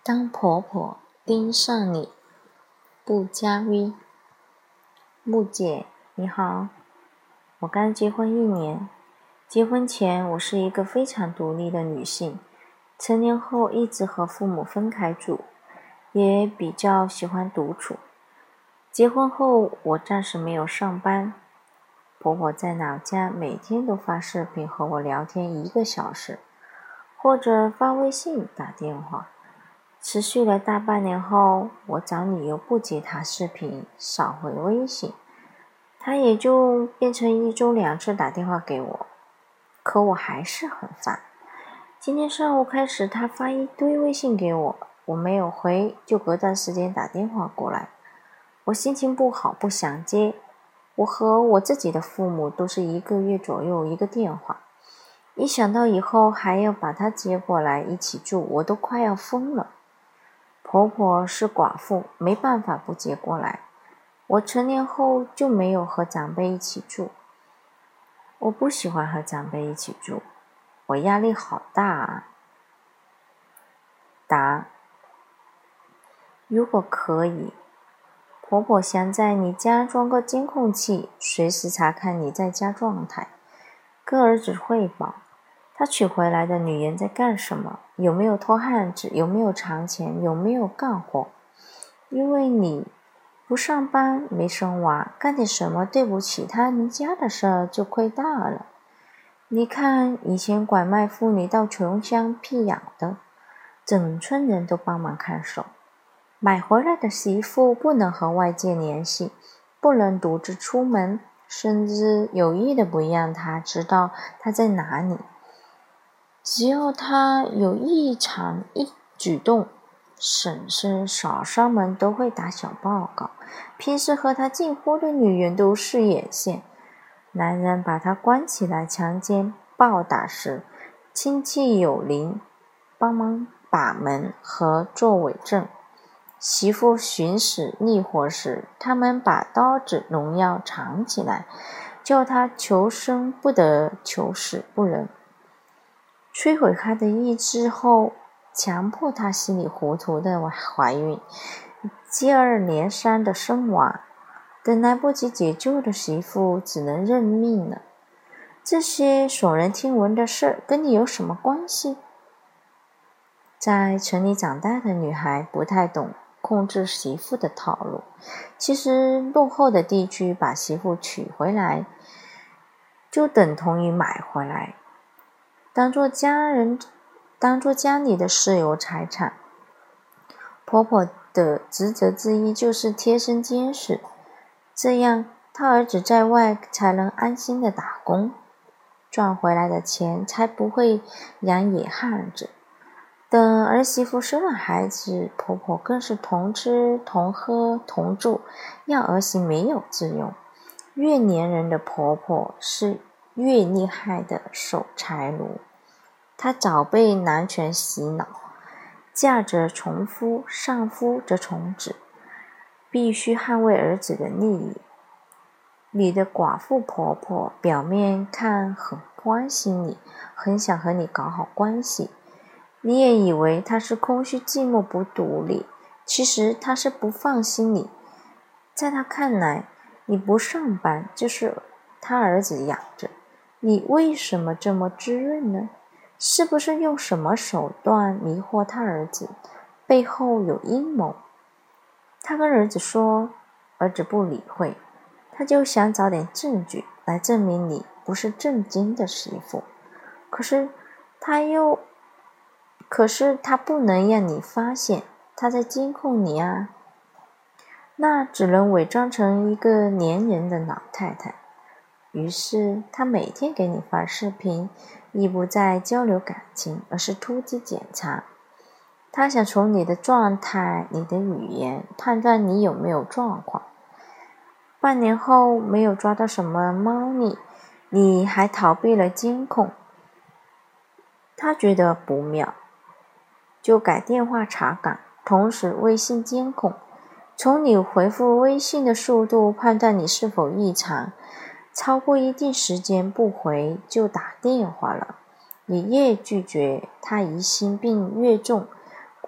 当婆婆盯上你，不加 V。木姐你好，我刚结婚1年。结婚前我是一个非常独立的女性，成年后一直和父母分开住，也比较喜欢独处。结婚后我暂时没有上班，婆婆在老家每天都发视频和我聊天1个小时，或者发微信打电话。持续了大半年后，我找理由不接她视频，少回微信，她也就变成1周2次打电话给我。可我还是很烦。今天上午开始，她发一堆微信给我，我没有回，就隔段时间打电话过来。我心情不好，不想接。我和我自己的父母都是1个月左右1个电话，一想到以后还要把她接过来一起住，我都快要疯了。婆婆是寡妇，没办法不接过来。我成年后就没有和长辈一起住，我不喜欢和长辈一起住，我压力好大啊。答：如果可以，婆婆想在你家装个监控器，随时查看你在家状态，跟儿子汇报他娶回来的女人在干什么，有没有拖汉子，有没有藏钱，有没有干活。因为你不上班没生娃，干点什么对不起他们家的事儿就亏大了。你看以前拐卖妇女到穷乡僻壤的，整村人都帮忙看守。买回来的媳妇不能和外界联系，不能独自出门，甚至有意的不让她知道她在哪里。只要她有异常一举动，婶婶嫂嫂们都会打小报告。平时和她近乎的女人都是眼线。男人把她关起来强奸暴打时，亲戚友邻帮忙把门和作伪证。媳妇寻死觅活时，他们把刀子农药藏起来，叫她求生不得，求死不能。摧毁她的意志后，强迫她稀里糊涂的怀孕，接二连三的生娃。等来不及解救的媳妇只能认命了。这些耸人听闻的事跟你有什么关系？在城里长大的女孩不太懂控制媳妇的套路。其实落后的地区把媳妇娶回来，就等同于买回来，当作家里的私有财产。婆婆的职责之一就是贴身监视，这样她儿子在外才能安心的打工，赚回来的钱才不会养野汉子。等儿媳妇生了孩子，婆婆更是同吃同喝同住，让儿媳没有自由。越粘人的婆婆是越厉害的守财奴，她早被男权洗脑，嫁则从夫，上夫则从子，必须捍卫儿子的利益。你的寡妇婆婆表面看很关心你，很想和你搞好关系，你也以为她是空虚寂寞不独立，其实她是不放心你。在她看来，你不上班就是她儿子养着，你为什么这么滋润呢？是不是用什么手段迷惑她儿子，背后有阴谋？她跟儿子说，儿子不理会，他就想找点证据来证明你不是正经的媳妇。可是他不能让你发现他在监控你啊，那只能伪装成一个粘人的老太太。于是他每天给你发视频，亦不再交流感情，而是突击检查。他想从你的状态、你的语言判断你有没有状况。半年后没有抓到什么猫腻，你还逃避了监控。他觉得不妙，就改电话查岗，同时微信监控，从你回复微信的速度判断你是否异常，超过一定时间不回就打电话了。你越拒绝，他疑心病越重，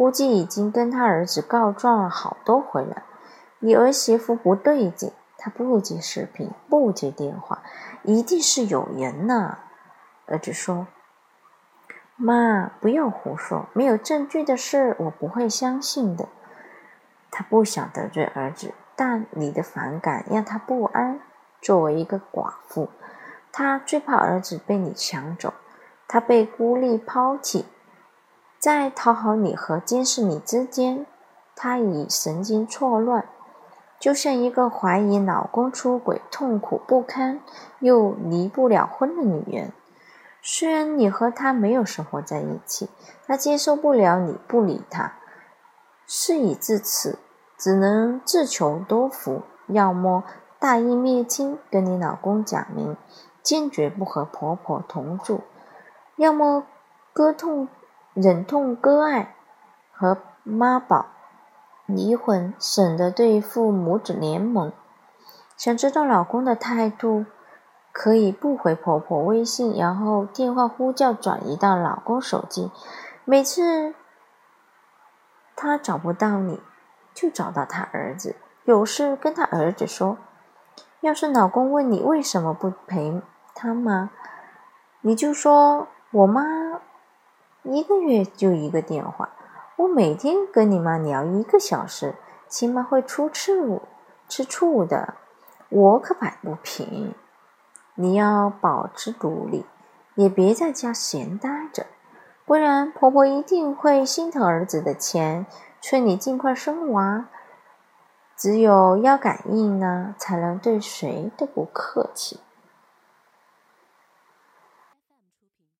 估计已经跟他儿子告状了好多回了。你儿媳妇不对劲，她不接视频，不接电话，一定是有人呐。儿子说：妈，不要胡说，没有证据的事我不会相信的。他不想得罪儿子，但你的反感让他不安。作为一个寡妇，他最怕儿子被你抢走，他被孤立抛弃，在讨好你和监视你之间，他已神经错乱，就像一个怀疑老公出轨、痛苦不堪又离不了婚的女人。虽然你和他没有生活在一起，他接受不了你不理他，事已至此，只能自求多福，要么大义灭亲，跟你老公讲明，坚决不和婆婆同住；要么忍痛割爱，和妈宝离婚，省得对付母子联盟。想知道老公的态度，可以不回婆婆微信，然后电话呼叫转移到老公手机，每次他找不到你，就找到他儿子，有事跟他儿子说。要是老公问你为什么不陪他妈，你就说我妈1个月就1个电话，我每天跟你妈聊1个小时，起码会吃醋的，我可摆不平。你要保持独立，也别在家闲待着，不然婆婆一定会心疼儿子的钱，催你尽快生娃。只有腰杆硬呢，才能对谁都不客气。